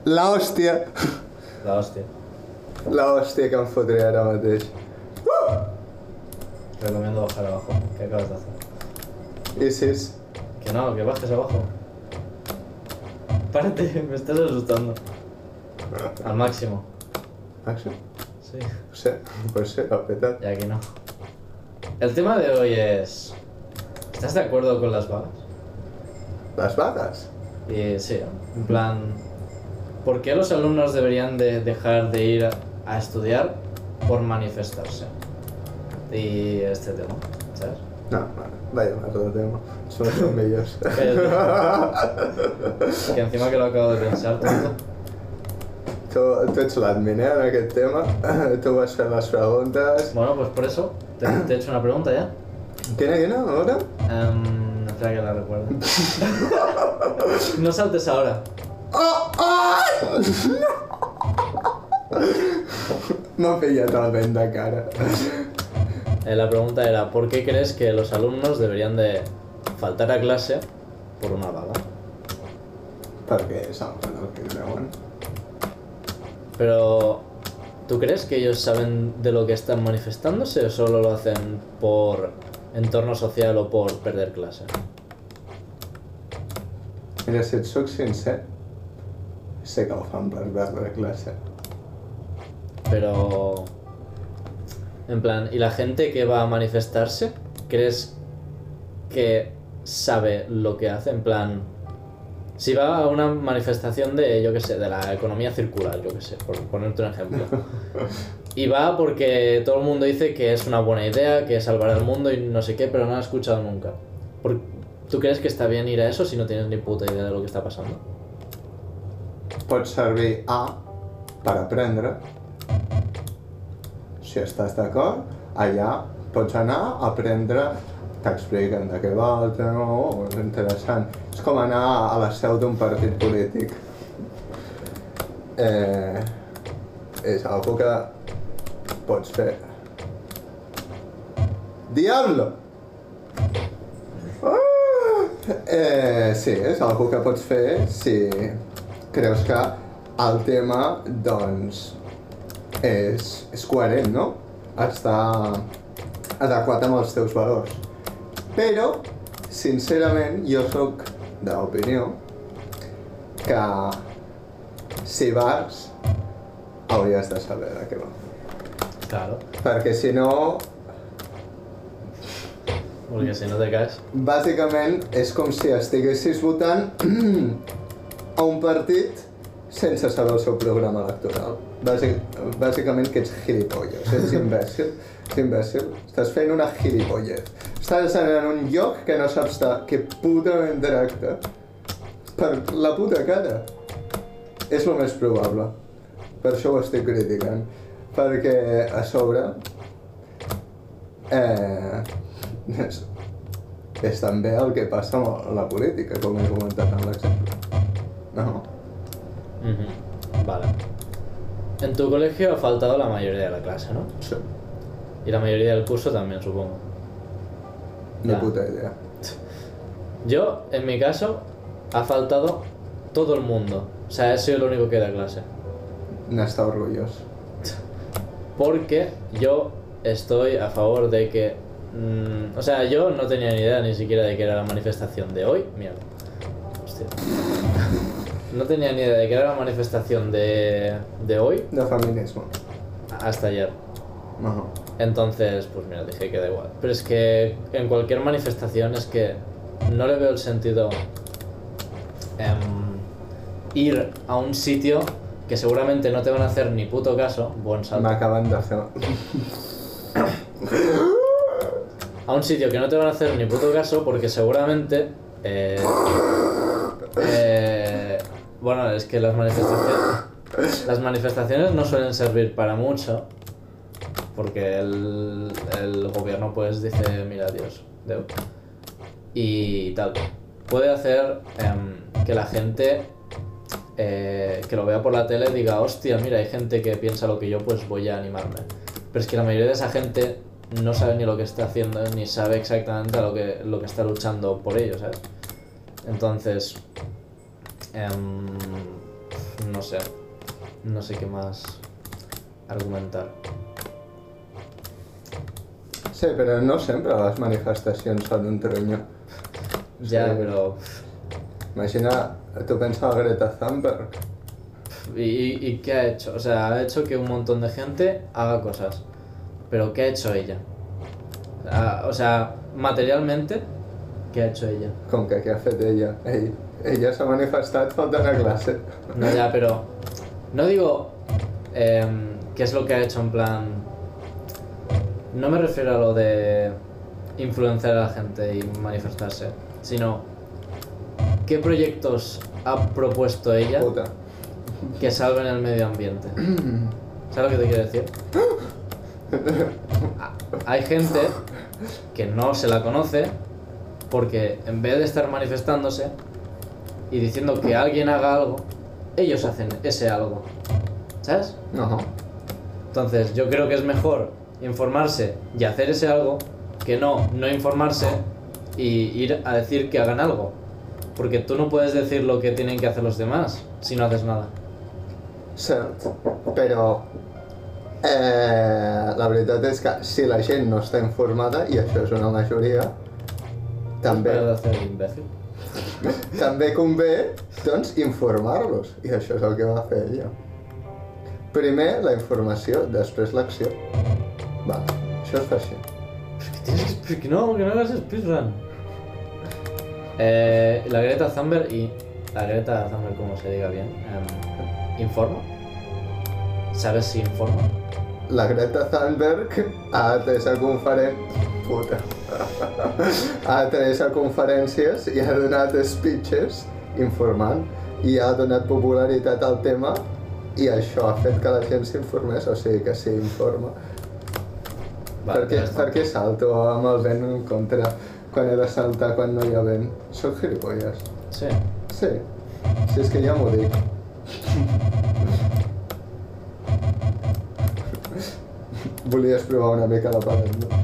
La hòstia. La hòstia. La hòstia que em fotré ara mateix. Recomiendo bajar abajo. ¿Qué acabas de hacer? Isis. Que no, que bajes abajo. Párate, me estás asustando. Al máximo. ¿Action? Sí. No sé, pues sí, la peta. Y aquí no. El tema de hoy es... ¿Estás de acuerdo con las vagas? ¿Las vagas? Y sí, en plan... ¿Por qué los alumnos deberían de dejar de ir a estudiar por manifestarse? Y este tema, ¿sabes? No, vaya merda de tema. Són els millors. Que encima que lo acabo de pensar, tonto. Tu ets l'admin, en aquest tema. Tu vas fer les preguntes. Bueno, pues por eso te he hecho una pregunta ya. Quina, ahora? Espera que la recuerde. No saltes ahora. M'ha pillat el vent de cara. La pregunta era, ¿por qué crees que los alumnos deberían de faltar a clase por una vaga? Perquè saben el que creuen. Pero, ¿tú crees que ellos saben de lo que están manifestándose o solo lo hacen por entorno social o por perder clase? Mira, si et soc sincer, sé que ho fan per perdre classe. Pero, en plan, ¿y la gente que va a manifestarse, crees que sabe lo que hace? En plan, si va a una manifestación de, yo qué sé, de la economía circular, yo qué sé, por ponerte un ejemplo, y va porque todo el mundo dice que es una buena idea, que salvará el mundo y no sé qué, pero no lo ha escuchado nunca. ¿Tú crees que está bien ir a eso si no tienes ni puta idea de lo que está pasando? Pot servir per aprendre. Si estàs d'acord, allà pots anar a aprendre, t'expliquen de què va el tema, és interessant. És com anar a la seu d'un partit polític. És algo que pots fer. Diablo! Sí, és algo que pots fer si creus que el tema, doncs, és coherent, no? Està adequat amb els teus valors. Però, sincerament, jo sóc de l'opinió que si vas, hauries de saber de què va. Claro. Perquè si no, Porque si no te caes... bàsicament és com si estiguessis votant a un partit sense saber el seu programa electoral. Bàsicament que ets gilipolles, ets imbècil. Ets imbècil. Estàs fent una gilipollez. Estàs en un lloc que no saps de què putament tracta. Per la puta cara. És el més probable. Per això ho estic criticant. Perquè a sobre... és també el que passa amb la política, com he comentat en l'exemple. No. Vale. En tu colegio ha faltado la mayoría de la clase, ¿no? Sí. Y la mayoría del curso también, supongo. Ni Ya. puta idea. Yo, en mi caso, ha faltado todo el mundo. O sea, he sido el único que da clase. N'està orgullós. Porque yo estoy a favor de que... o sea, yo no tenía ni idea ni siquiera de que era la manifestación de hoy. Mierda. Hostia. No tenía ni idea de que era la manifestación de hoy De feminisme. hasta ayer. Ajá. Entonces, pues mira, dije que da igual. Pero es que en cualquier manifestación es que no le veo el sentido ir a un sitio que seguramente no te van a hacer ni puto caso. Buen salto. M'acaben de fer... A un sitio que no te van a hacer ni puto caso porque seguramente... bueno, es que las manifestaciones no suelen servir para mucho porque el gobierno pues dice, mira, Dios, y tal. Puede hacer que la gente que lo vea por la tele diga, hostia, mira, hay gente que piensa lo que yo, pues voy a animarme. Pero es que la mayoría de esa gente no sabe ni lo que está haciendo, ni sabe exactamente lo que está luchando por ello, ¿sabes? Entonces, no sé. No sé qué más argumentar. Sí, però no sempre les manifestacions són un tronyo. Ya, Sí. pero... Imagina, tu pensa a Greta Thunberg. ¿Y qué ha hecho? O sea, ha hecho que un montón de gente haga cosas. Pero ¿qué ha hecho ella? O sea, materialmente, ¿qué ha hecho ella? Com que què ha fet ella? Ella s'ha manifestat faltant a classe. No, ya, pero... No digo... ¿qué es lo que ha hecho en plan...? No me refiero a lo de influenciar a la gente y manifestarse, sino ¿qué proyectos ha propuesto ella Puta. que salven el medio ambiente? ¿Sabes lo que te quiero decir? Hay gente que no se la conoce porque en vez de estar manifestándose y diciendo que alguien haga algo, ellos hacen ese algo. ¿Sabes? No. Entonces yo creo que es mejor informarse y hacer ese algo que no informarse y ir a decir que hagan algo. Porque tú no puedes decir lo que tienen que hacer los demás si no haces nada. Cert, però la veritat és que si la gent no està informada, i això és una majoria, també, Para de hacer el imbécil. també convé, doncs, informar-los. I això és el que va fer ella. Primer la informació, després l'acció. Va, això es fa així. Que no hagas speedrun. La Greta Thunberg y... La Greta Thunberg, como se diga bien, ¿informa? ¿Sabes si informa? La Greta Thunberg ha atès a Puta. Ha atès a conferències i ha donat speeches informant i ha donat popularitat al tema i això ha fet que la gent s'informés, o sigui que sí, informa. Vale, Per què salto amb el vent en contra quan he de saltar quan no hi ha vent? Soc gilipolles. Sí. Sí, si és que ja m'ho dic. Volies provar una mica la paret, no?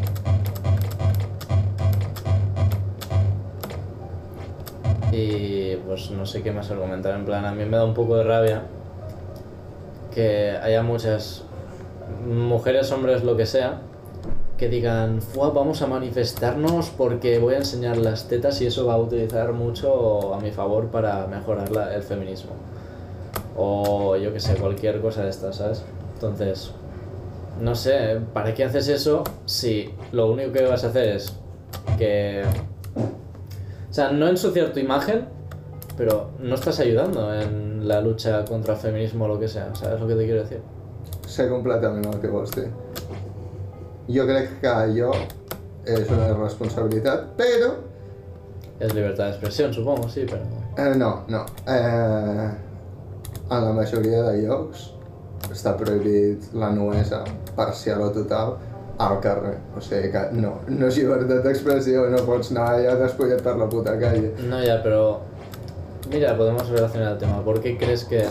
Y pues no sé qué más argumentar. En plan, a mí me da un poco de rabia que haya muchas mujeres, hombres, lo que sea, que digan, "Fua, vamos a manifestarnos porque voy a enseñar las tetas y eso va a utilizar mucho a mi favor para mejorar el feminismo". O yo que sé, cualquier cosa de estas, ¿sabes? Entonces, no sé, ¿para qué haces eso si lo único que vas a hacer es que... O sea, no ensuciar tu imagen, pero no estás ayudando en la lucha contra el feminismo o lo que sea, ¿sabes lo que te quiero decir? Sé completament el que vols dir. Jo crec que allò és una responsabilitat, però... Es libertad de expresión, supongo, sí, pero... No. En la majoria de llocs està prohibit la nuesa parcial o total al carrer. O sigui que no és llibertat d'expressió, no pots anar allà despullat per la puta calle. No, ya, pero... Mira, podemos relacionar el tema. ¿Por qué crees que...?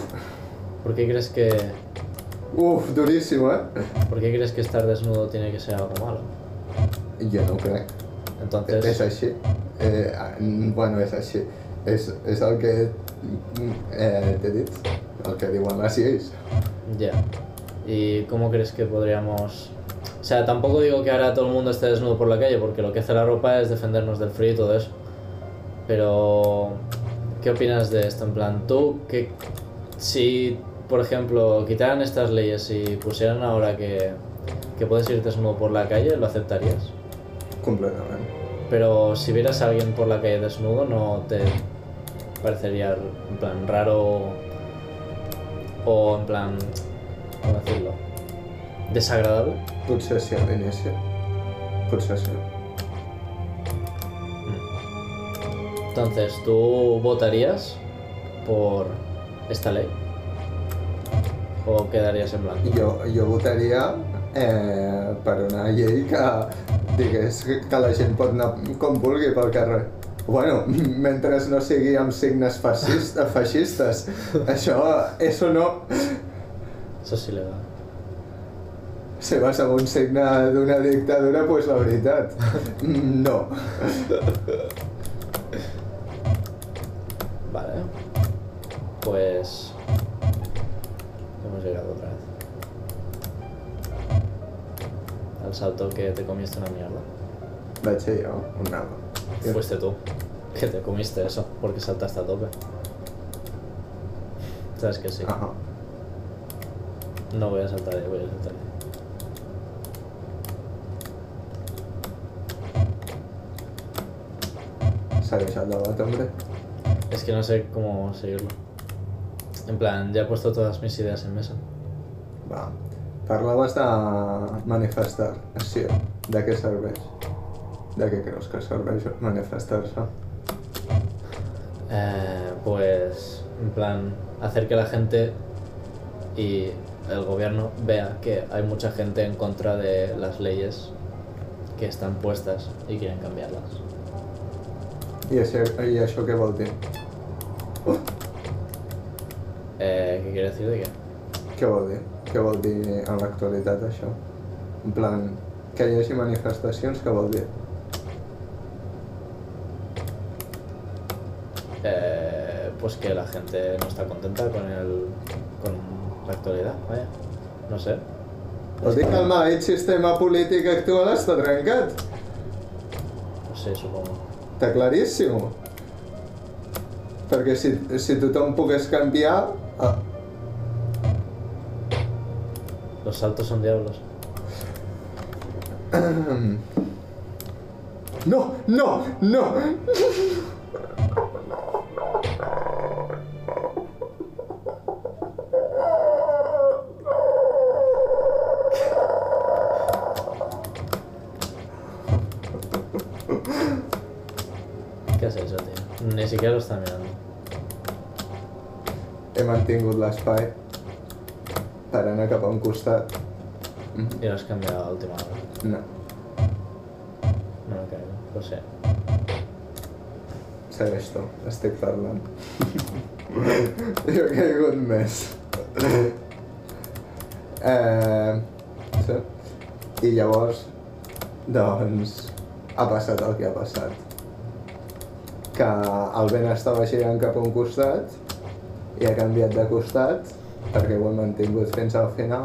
Uf, duríssim, eh? ¿Por qué crees que estar desnudo tiene que ser algo malo? Jo no ho crec. Entonces... És així. Bueno, és així. És el que t'he dit, el que diuen les lleis. Ya. ¿Y cómo crees que podríamos...? O sea, tampoco digo que ahora todo el mundo esté desnudo por la calle, porque lo que hace la ropa es defendernos del frío y todo eso. Pero... ¿qué opinas de esto? En plan, tú, que si, por ejemplo, quitaran estas leyes y pusieran ahora que puedes ir desnudo por la calle, ¿lo aceptarías? Completament. Pero si vieras a alguien por la calle desnudo, ¿no te parecería, en plan, raro o, en plan, ¿cómo decirlo? ¿Desagradable? Potser sí a l'inici. Potser sí. Entonces, ¿tú votarías por esta ley? ¿O quedarías en blanco? Jo votaria per una llei que digués que la gent pot anar com vulgui pel carrer. Bueno, mentre no sigui amb signes feixistes. Això no. Eso es ilegal. Si vas amb un signe d'una dictadura, pues la veritat, no. Vale. Pues... pegado otra vez. Al salto que te comiste una mierda. Vaig ser jo, un nano. Fuiste tú, que te comiste eso, porque saltaste a tope. Sabes que sí. Ajá. No voy a saltar ahí, voy a saltar ahí. Segueix el debat, hombre. Es que no sé cómo seguirlo. En plan, ya he puesto todas mis ideas en mesa. Va. Parlaves de manifestació. De què serveix? De què creus que serveix manifestar-se? Pues, en plan, hacer que la gente y el gobierno vea que hay mucha gente en contra de las leyes que están puestas y quieren cambiarlas. I això què vol dir? ¿Qué quiere decir de qué? Què vol dir? Què vol dir en l'actualitat això? En plan, que hi hagi manifestacions, què vol dir? Pues que la gente no está contenta con la actualidad, vaya. No sé. Vol dir que el maleït sistema polític actual està trencat? No sé, supongo. Està claríssim. Perquè si tothom pogués canviar... Los saltos son diablos. No, no, no! ¿Qué has hecho, tío? Ni siquiera lo está mirando. He mantingut l'espai per anar cap a un costat. Y lo has cambiado a última hora. No, No me caigo, lo sé. segueix tu, estic parlant. Jo he caigut més. Sí. I llavors, doncs, ha passat el que ha passat. Que el vent estava girant cap a un costat i ha canviat de costat perquè ho he mantingut fins al final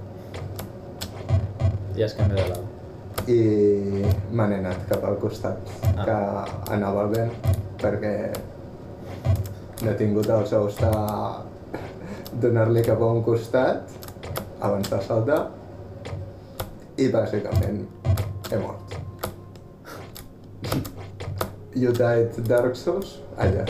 Y has cambiado de lado. i me n'he anat cap al costat que anava el vent perquè no he tingut els ous de donar-li cap a un costat abans de saltar i bàsicament he mort. You died, Dark Souls? Allà.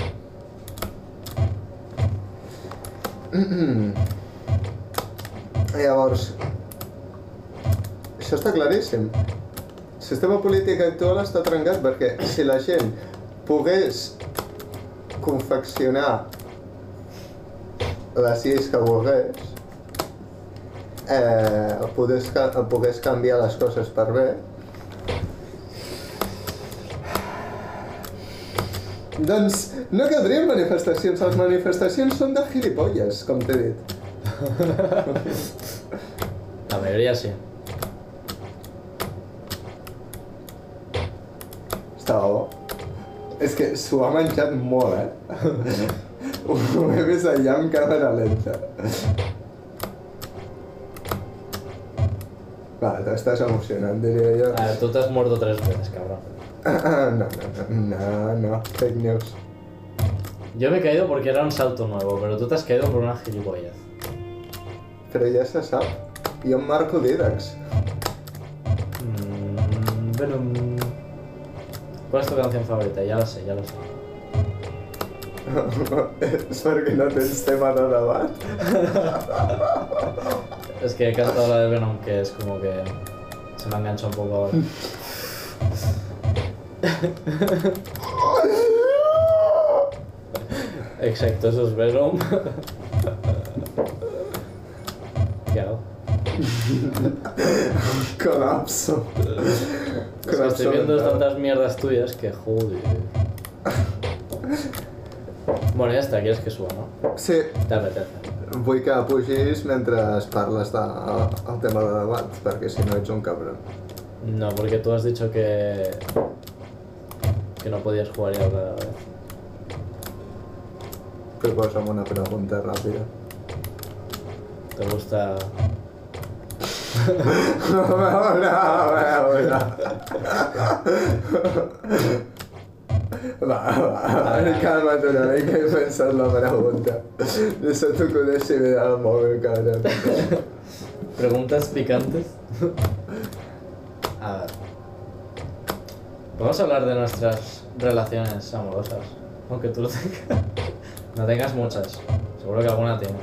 Llavors, això està claríssim. El sistema polític actual està trencat perquè si la gent pogués confeccionar les lleis que volgués, pogués canviar les coses per bé, doncs no caldrien manifestacions. Les manifestacions són de gilipolles, com t'he dit. La mayoría sí. Estava bo. És que s'ho ha menjat molt, Ho he vist allà amb càmera lenta. Va, t'estàs emocionant, diria jo. A ver, tú te has muerto 3 veces, cabrón. No, fake news. Yo me he caído porque era un salto nuevo, pero tú te has caído por una gilipollez. Però ja se sap. Jo em marco dídax. Venom. ¿Cuál es tu canción favorita? Ya lo sé, ya lo sé. És perquè no tens tema de debat? Es que he cantado la de Venom, que es como que se me ha enganchado un poco ahora. Exacto, eso es Venom. ¿Qué hago? Colapso. Es que estoy viendo tantas mierdas tuyas que joder. Bueno, ya está, quieres que suba, ¿no? Sí, Te apetece. vull que pugis mentre parles del tema de debat, perquè si no ets un cabron. No, porque tú has dicho que no podías jugar y hablar a la vez. Proposa'm una pregunta ràpida. ¿Te gusta...? Va, calma't una mica i pensa't la pregunta. Deixa tu conèixer bé del mòbil, cabrón. Preguntas picantes. A ver. Vamos a hablar de nuestras relaciones amorosas. Aunque tú no tengas muchas. Seguro que alguna tienes.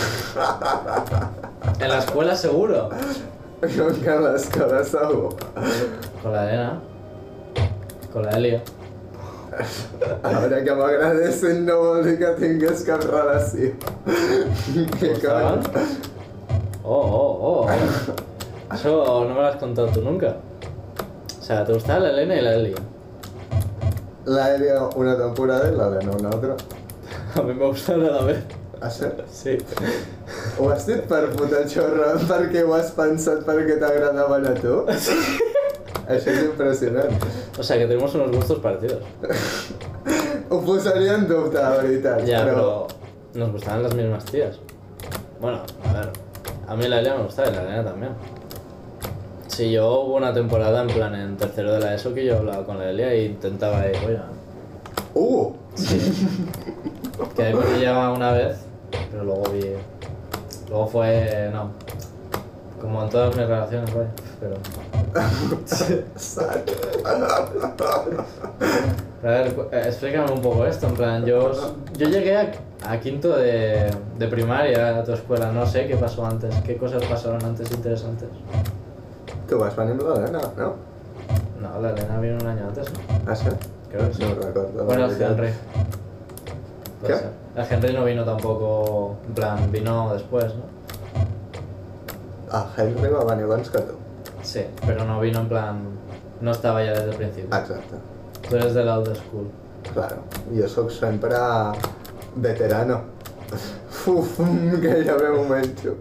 En la escuela seguro. Com que a l'escola segur. Con la Elena. Con la Elia. Ara que m'agradessin no vol dir que tingués cap relació. ¿Te gustaban? Oh. Eso no me lo has contado tú nunca. O sea, ¿te gustaba la Elena y la Elia? La Elia una temporada i l'Helena una altra. A mí me gustaron a la vez. Ah, sí? Sí. Ho has dit per puta xorra perquè ho has pensat perquè t'agradaven a tu? Això és impressionant. O sea, que tenemos unos gustos parecidos. Ho posaria en dubte, la veritat. Ya, pero nos gustaban las mismas tías. Bueno, a ver, a mí la Elia me gustaba y la Elena también. Sí, yo hubo una temporada en plan en tercero de la ESO que yo hablaba con la Elia e intentaba ir, oye. Quedé con ella una vez, pero luego vi... Luego fue... no. Como en todas mis relaciones, vaya, pero... Sad. A ver, explícame un poco esto, en plan, yo llegué a quinto de primaria a tu escuela, no sé qué pasó antes, qué cosas pasaron antes interesantes. Tu vas venir amb l'Helena, no? No, la Elena vino un año antes, ¿no? Ah, sí? Creo que sí. No ho recordo. Bueno, el Henry. Puede ¿Qué? ser. El Henry no vino tampoco, en plan, vino después, ¿no? Ah, Henry va venir abans que tu. Sí, pero no vino en plan, no estaba ya desde el principio. Exacte. Tú eres de la old school. Claro, jo sóc sempre veterano. Uf, gairebé m'ho menjo.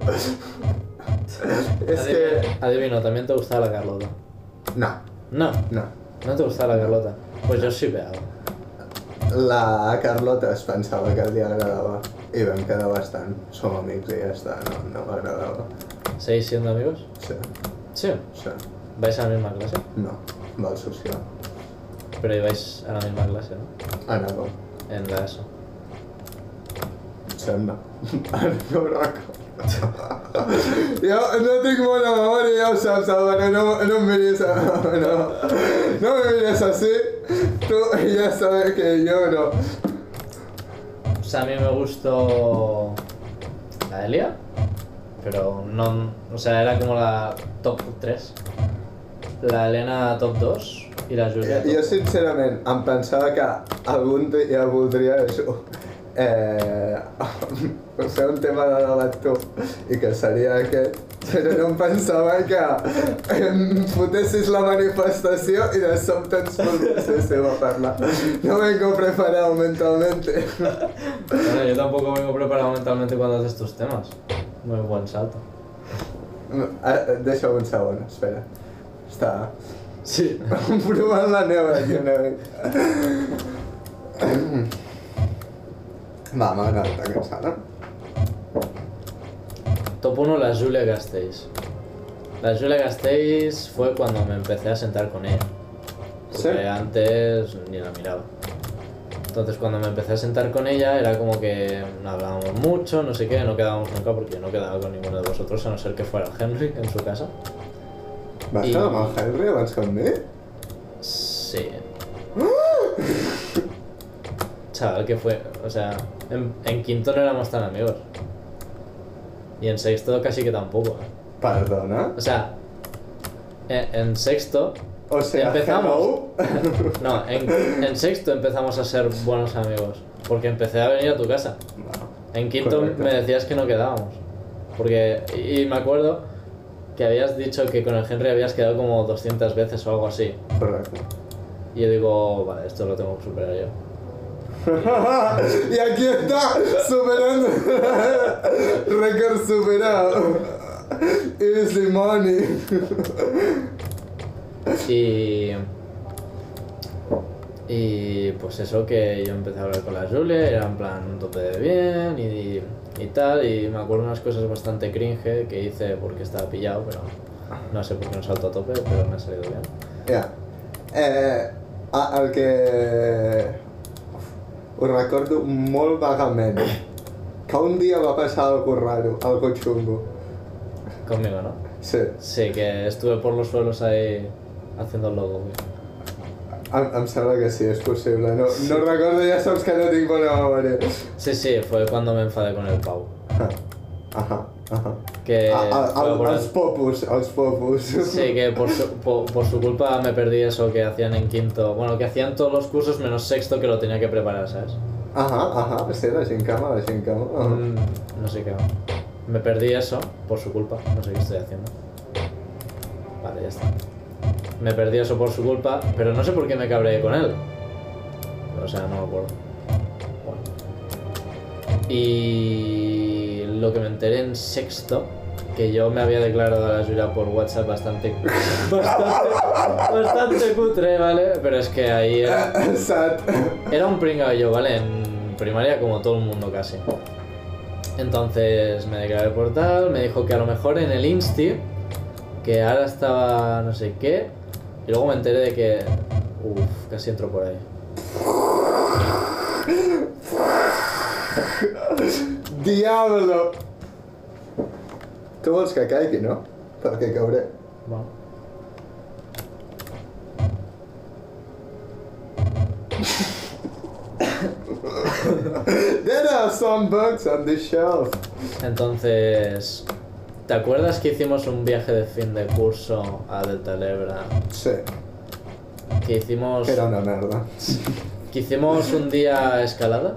És que... Adivino, también te gustaba la Carlota. No, No, no. no te gustaba la Carlota. Pues yo sí veo. La Carlota es pensava que li agradava i vam quedar bastant. Som amics i ja està, no m'agradava. ¿Seguís siendo amigos? Sí, Sí. sí. ¿Vais a la misma clase? No, va al social. Pero ibais a la misma clase, ¿no? Anàvem. En la ESO. Sembla. Ara no ho recordo. Jo no tinc bona memòria, ja ho saps, Álvaro, no em miris no me mires así. Tú ya sabes que yo no. O sea, a mí me gustó la Elia, pero no, o sea, era como la top 3. La Elena top 2 y la Julia top Jo sincerament em pensava que algun dia voldria això. Fer un tema de debat tu i que seria aquest, però no em pensava que em fotessis la manifestació i de sobte ens volguéssim a parlar. No vengo preparado mentalmente. Bueno, yo tampoco vengo preparado mentalmente cuando haces tus temas. Muy buen salto. Deixa un segon, espera. Està Sí. provant la neu aquí una mica. Va, m'ha agradat aquesta, no? Top 1, la Julia Castells. La Julia Castells fue cuando me empecé a sentar con ella. Porque ¿Sí? antes ni la miraba. Entonces cuando me empecé a sentar con ella era como que no hablábamos mucho, no sé qué, no quedábamos nunca porque yo no quedaba con ninguno de vosotros a no ser que fuera el Henry en su casa. Vas quedar amb el Henry abans que amb mi? Sí. Chaval, que fue, o sea, en quinto no éramos tan amigos. Y en sexto casi que tampoco. Perdona? O sea, en sexto O sea, empezamos. hello? No, en sexto empezamos a ser buenos amigos. Porque empecé a venir a tu casa. En quinto Correcto. me decías que no quedábamos. Porque, y me acuerdo que habías dicho que con el Henry habías quedado como 200 veces o algo así. Correcte. Y yo digo, vale, esto lo tengo que superar yo. Y aquí está, superando. Récord superado. Easy money. Y pues eso, que yo empecé a hablar con la Julia, era en plan un tope de bien y tal, y me acuerdo unas cosas bastante cringe que hice porque estaba pillado, pero no sé por qué no salto a tope, pero me ha salido bien. Ja. El que ho recordo molt vagament, que un dia va passar algo raro, algo chungo. Conmigo, ¿no? Sí. Sí, que estuve por los suelos ahí haciendo el logo, güey. Em sembla que sí, és possible. No recordo, ja saps que no tinc bona memòria. Sí, fue cuando me enfadé con el Pau. Ajá. Que Els popus. Sí, que por su culpa me perdí eso que hacían en quinto. Bueno, que hacían todos los cursos menos sexto, que lo tenía que preparar, ¿sabes? Ajá, sí, la Gincama. No sé qué. Me perdí eso por su culpa, no sé qué estoy haciendo. Vale, ya está. Me perdí eso por su culpa, pero no sé por qué me cabreé con él. O sea, no me acuerdo. Bueno. Y lo que me enteré en sexto, que yo me había declarado a la Julia por WhatsApp bastante cutre, ¿vale? Pero es que ahí era un pringao yo, ¿vale? En primaria como todo el mundo casi. Entonces me declaré por tal, me dijo que a lo mejor en el Insti, que ahora estaba no sé qué, y luego me enteré de que... casi entro por ahí. Diablo! Tu vols que caigui, no? Perquè cauré. Bueno. There are some bugs on the shelf. Entonces... ¿Te acuerdas que hicimos un viaje de fin de curso a Delta Lebra? Sí. Que hicimos... Que era una merda. Que hicimos un día escalada.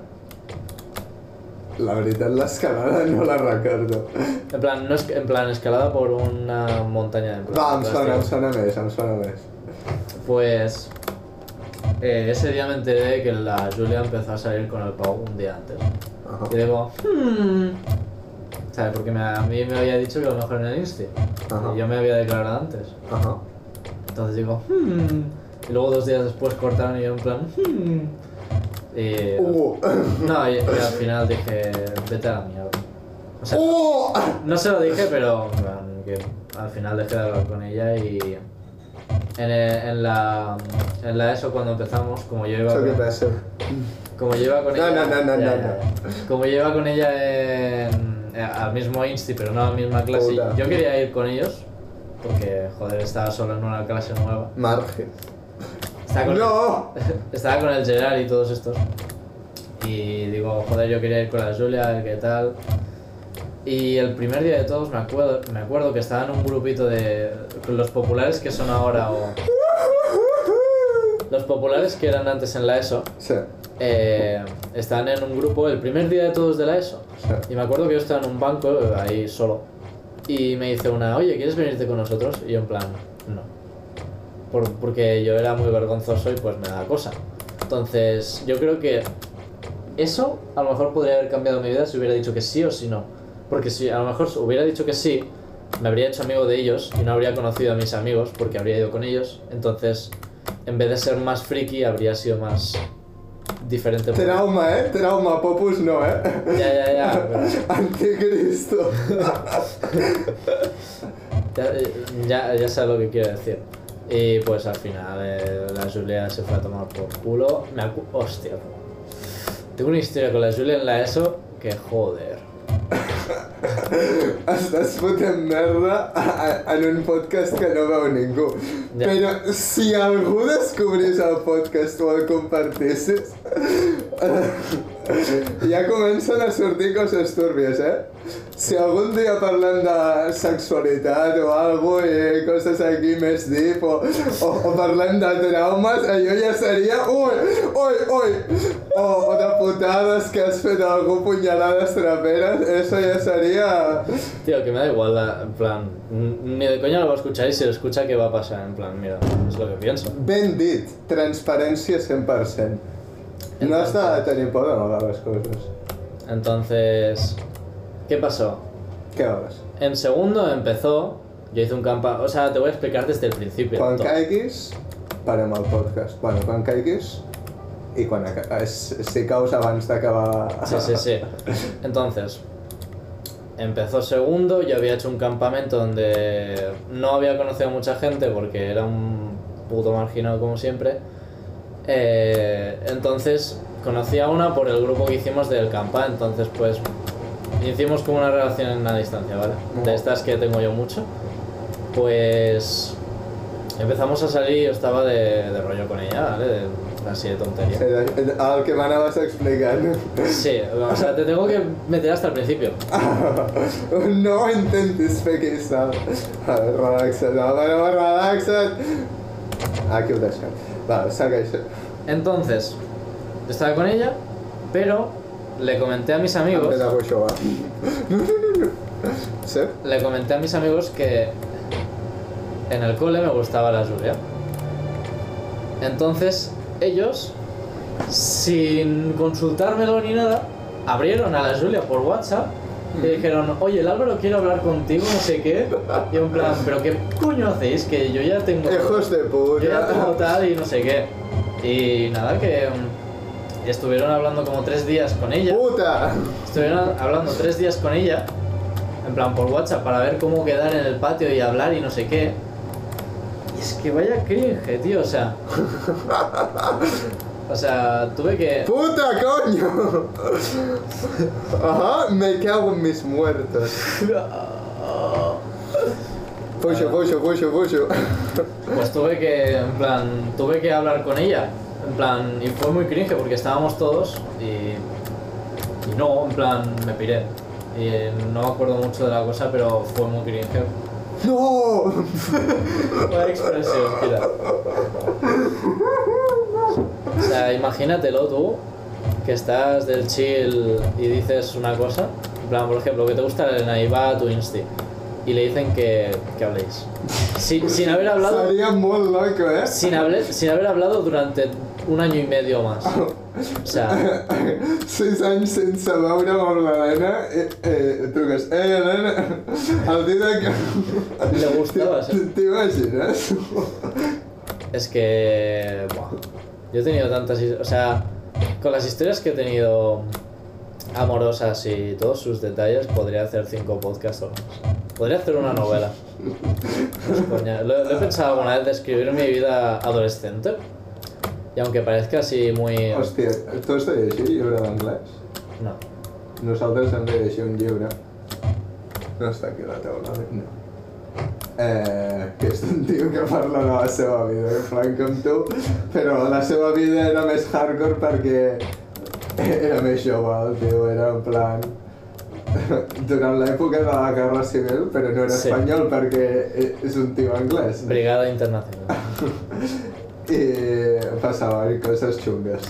La veritat, l'escalada no la recordo. En plan, no es, en plan escalada por una montaña de... Va, em sona més. Pues... ese día me enteré de que la Julia empezó a salir con el Pau un día antes. Ajá. Y digo... ¿Sabes? Porque a mí me había dicho que a lo mejor en el Insti. Ajá. Y yo me había declarado antes. Ajá. Entonces digo... Y luego 2 días después cortaron y yo en plan... Y... No, y al final dije... Vete a la mierda. O sea, no se lo dije, pero... En plan, que al final dejé de hablar con ella y... En la ESO cuando empezamos, como yo iba con... Como yo iba con ella... Como yo iba con ella al mismo Insti, pero no a la misma clase, yo quería ir con ellos, porque, joder, estaba solo en una clase nueva. Margen. Estaba con el Gerard y todos estos. Y digo, joder, yo quería ir con la Julia, ¿qué tal? Y el primer día de todos me acuerdo que estaba en un grupito de los populares que son ahora o... Los populares que eran antes en la ESO. Sí. Estaban en un grupo el primer día de todos de la ESO. Sí. Y me acuerdo que yo estaba en un banco ahí solo. Y me dice una, oye, ¿quieres venirte con nosotros? Y yo en plan, no. Porque yo era muy vergonzoso y pues me daba cosa. Entonces, yo creo que eso a lo mejor podría haber cambiado mi vida si hubiera dicho que sí o si no. Porque si a lo mejor hubiera dicho que sí, me habría hecho amigo de ellos y no habría conocido a mis amigos porque habría ido con ellos. Entonces, en vez de ser más friki, habría sido más diferente. Trauma, Trauma, Popus no, Ya. Pero... Anticristo. ya sé lo que quiero decir. Y pues al final la Julia se fue a tomar por culo. Hostia. Tengo una historia con la Julia en la ESO que joder. Estàs fotent merda en un podcast que no veu ningú. Ja. Però si algú descobrís el podcast o el compartissis, ja comencen a sortir coses túrbies, Si algun dia parlem de sexualitat o algo i coses aquí més deep o parlem de traumes, allò ja seria ui, o de putades que has fet algú, punyalades traperes, eso ya sería... Tío, que me da igual, en plan, ni de coña lo va a escuchar y si lo escucha, ¿qué va a pasar? En plan, mira, es lo que pienso. Ben dit, transparència 100%. No has de tenir por de negar les coses. Entonces, ¿qué pasó? ¿Qué hagas? En segundo empezó, yo hice un campa... O sea, te voy a explicar desde el principio. Quan caiguis, parem el podcast. Bueno, quan caiguis, I quan si caus abans d'acabar... Sí. Entonces, empezó segundo, yo había hecho un campamento donde no había conocido a mucha gente porque era un puto marginado como siempre. Entonces conocí a una por el grupo que hicimos del campa, entonces pues hicimos como una relación a distancia, ¿vale? De estas que tengo yo mucho. Pues empezamos a salir, yo estaba de rollo con ella, ¿vale? Así de tontería. El que m'anaves explicant. Sí, o sea, te tengo que meter hasta el principio. No intentis fer aquesta... A veure, relaxa't. Aquí ho deixem. Vale, segueix. Entonces, yo estaba con ella, pero le comenté a mis amigos... ¿Sí? Le comenté a mis amigos que en el cole me gustaba la Julia. Entonces, ellos, sin consultármelo ni nada, abrieron a la Julia por WhatsApp y dijeron, oye, el Álvaro quiere hablar contigo, no sé qué. Y en plan, ¿pero qué coño hacéis? Que yo ya tengo... Hijos de puta. Yo ya tengo tal y no sé qué. Y nada, que estuvieron hablando como 3 días con ella. ¡Puta! Estuvieron hablando 3 días con ella, en plan por WhatsApp, para ver cómo quedar en el patio y hablar y no sé qué. Y es que vaya cringe, tío, o sea... O sea, tuve que... ¡Puta, coño! Ajá, me cago en mis muertos. Puxo. Pues tuve que, en plan, tuve que hablar con ella. En plan, y fue muy cringe porque estábamos todos y no, en plan, me piré. Y no me acuerdo mucho de la cosa, pero fue muy cringe. ¡No! Buena expresión, mira. O sea, imagínatelo tú, que estás del chill y dices una cosa, en plan, por ejemplo, que te gusta la Elena y va a tu Insti y le dicen que habléis. Sin haber hablado... Sería muy loco, ¿eh? Sin haber hablado durante 1 año y medio o más. O sea... 6 anys sense veure amb l'Helena, truques, Helena, el dia que... Le gustaba, ¿T'imagines? Es que... Buah. Yo he tenido tantas... O sea, con las historias que he tenido amorosas y todos sus detalles, podría hacer 5 podcasts o más. Podría hacer una novela. Pues, coña, lo he pensado alguna vez de escribir mi vida adolescente. Y aunque parezca así muy... Hòstia, tu has de llegir llibre d'anglès? No. Nosaltres hem de llegir un llibre. No està aquí a la taula, no. Que és un tio que parla de la seva vida, en plan com tu, però la seva vida era més hardcore perquè era més jove, el tio, era en plan... Durant l'època de la Guerra Civil, però no era espanyol perquè és un tio anglès. Brigada Internacional. I passaven coses xungues.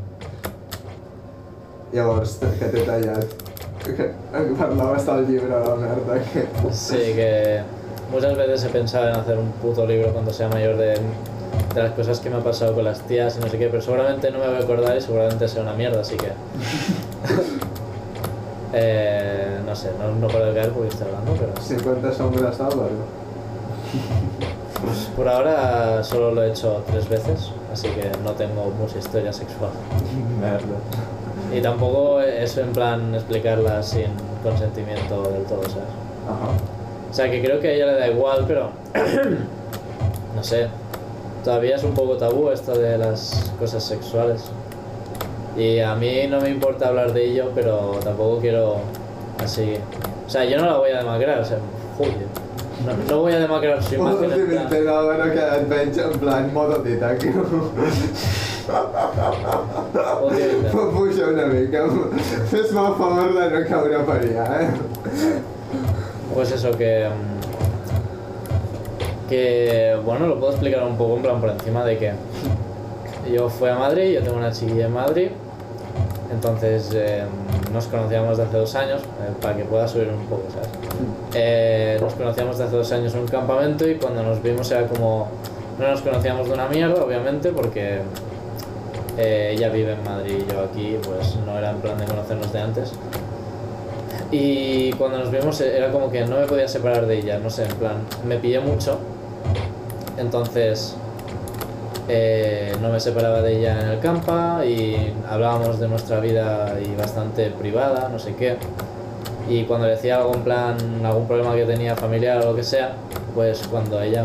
Llavors, que t'he tallat. Parlaves del llibre de merda que... Sí, que muchas veces he pensado en hacer un puto libro cuando sea mayor de las cosas que me ha pasado con las tías y no sé qué, pero seguramente no me voy a acordar y seguramente sea una mierda, así que... no sé, no puedo caer porque estoy hablando, pero... 50 sombras d'Álvaro. Por ahora solo lo he hecho 3 veces, así que no tengo mucha historia sexual. Merda. Y tampoco es en plan explicarla sin consentimiento del todo, ¿sabes? Ajá. O sea, que creo que a ella le da igual, pero... no sé. Todavía es un poco tabú esto de las cosas sexuales. Y a mí no me importa hablar de ello, pero tampoco quiero así... O sea, yo no la voy a demacrar, o sea, joder. No voy a demacrar su imagen en plan... Però bueno, que et veig en plan modo titac. Puja una mica. Fes-me el favor de no caure per allà, Pues eso, que bueno, lo puedo explicar un poco en plan por encima de que yo fui a Madrid, yo tengo una chiquilla en Madrid, entonces nos conocíamos de hace 2 años, para que pueda subir un poco, ¿sabes? Nos conocíamos de hace 2 años en un campamento y cuando nos vimos era como... No nos conocíamos de una mierda, obviamente, porque ella vive en Madrid y yo aquí, pues no era en plan de conocernos de antes. Y cuando nos vimos era como que no me podía separar de ella, no sé, en plan, me pillé mucho. Entonces, no me separaba de ella en el campa y hablábamos de nuestra vida y bastante privada, no sé qué. Y cuando le decía algo en plan, algún problema que tenía familiar o lo que sea, pues cuando ella...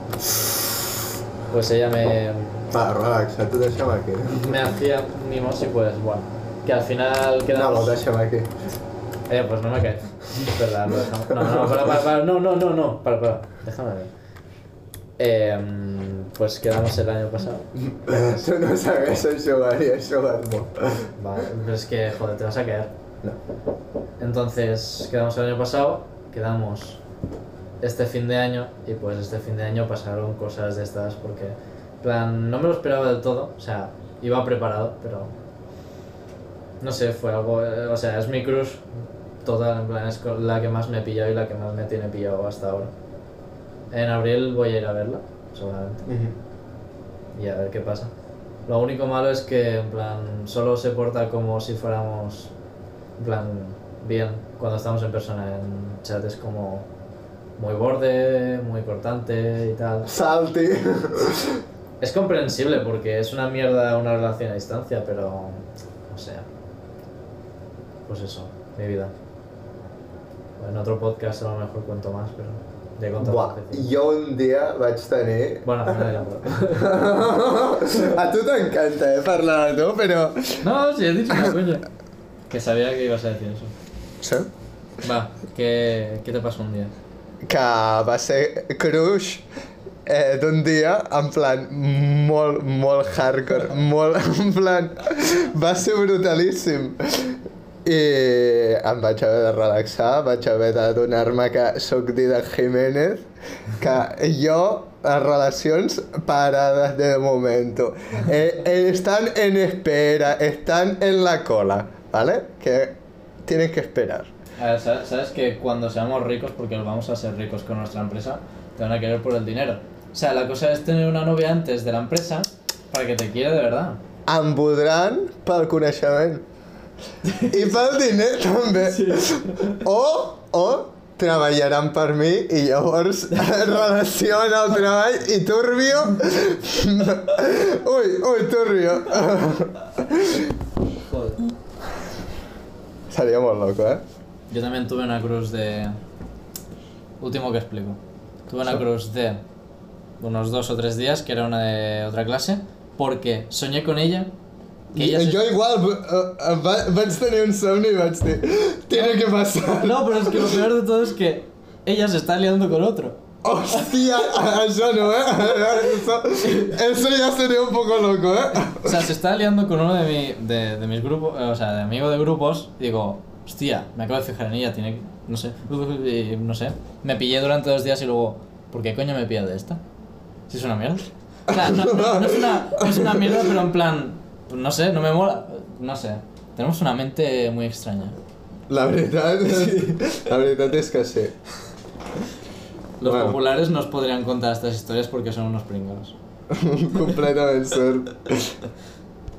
Pues ella me... relaxa, tu deixa'm aquí. Me hacía mimos y pues bueno, que al final quedamos... No, deixa'm aquí. Pues no me caes. Es verdad, lo dejamos. No, para, déjame ver. Pues quedamos el año pasado. Tu no sabes jugar i això vas molt. Vale, pero es que, joder, te vas a caer. No. Entonces, quedamos el año pasado, quedamos este fin de año y pues este fin de año pasaron cosas de estas porque, en plan, no me lo esperaba del todo, o sea, iba preparado, pero no sé, fue algo, o sea, es mi crush total, en plan, es la que más me he pillado y la que más me tiene pillado hasta ahora. En abril voy a ir a verla, seguramente, y a ver qué pasa. Lo único malo es que, en plan, solo se porta como si fuéramos, en plan, bien, cuando estamos en persona. En chat es como muy borde, muy cortante y tal. Salti. Es comprensible porque es una mierda una relación a distancia, pero no sé. Pues eso, mi vida. En otro podcast a lo mejor cuento más, pero ya he contado. Buah, jo un dia vaig tenir... Bueno, no diré. A tu t'encanta, parlar de tu, però... No, si he dicho una coña. Que sabía que ibas a decir eso. Sí? Va, ¿qué te pasó un día? Que va ser crush d'un dia, en plan, molt hardcore, molt, en plan, va ser brutalíssim. I em vaig haver de relaxar, vaig haver de donar-me que soc Dídac Jiménez, que jo, les relacions paradas de momento, están en espera, están en la cola, ¿vale? Que tienen que esperar. A ver, ¿sabes que cuando seamos ricos, porque vamos a ser ricos con nuestra empresa, te van a querer por el dinero? O sea, la cosa es tener una novia antes de la empresa para que te quiera de verdad. Em voldran pel coneixement. I pel diner també. Sí. O treballaran per mi i llavors relació en el treball i turbio. Ui, turbio. Joder. Seria molt loco, ¿eh? Yo también tuve una cruz de... Último que explico. Tuve una cruz de unos 2 o 3 días, que era una de otra clase, porque soñé con ella. Que ella Jo igual vaig tenir un somni i vaig dir, tiene que pasar. No, pero es que lo peor de todo es que ella se está liando con otro. Hòstia, això no, Eso ya sería un poco loco, O sea, se está liando con uno de mis grupos, o sea, de amigo de grupos, y digo, hostia, me acabo de fijar en ella, tiene, no sé, me pillé durante 2 días y luego, ¿por qué coño me pillas de esta? Si es una mierda. O sea, no es una mierda, pero en plan, no sé, no me mola, no sé. Tenemos una mente muy extraña. La veritat és que sí. Los populares nos podrían contar estas historias porque son unos pringados. Completament cert.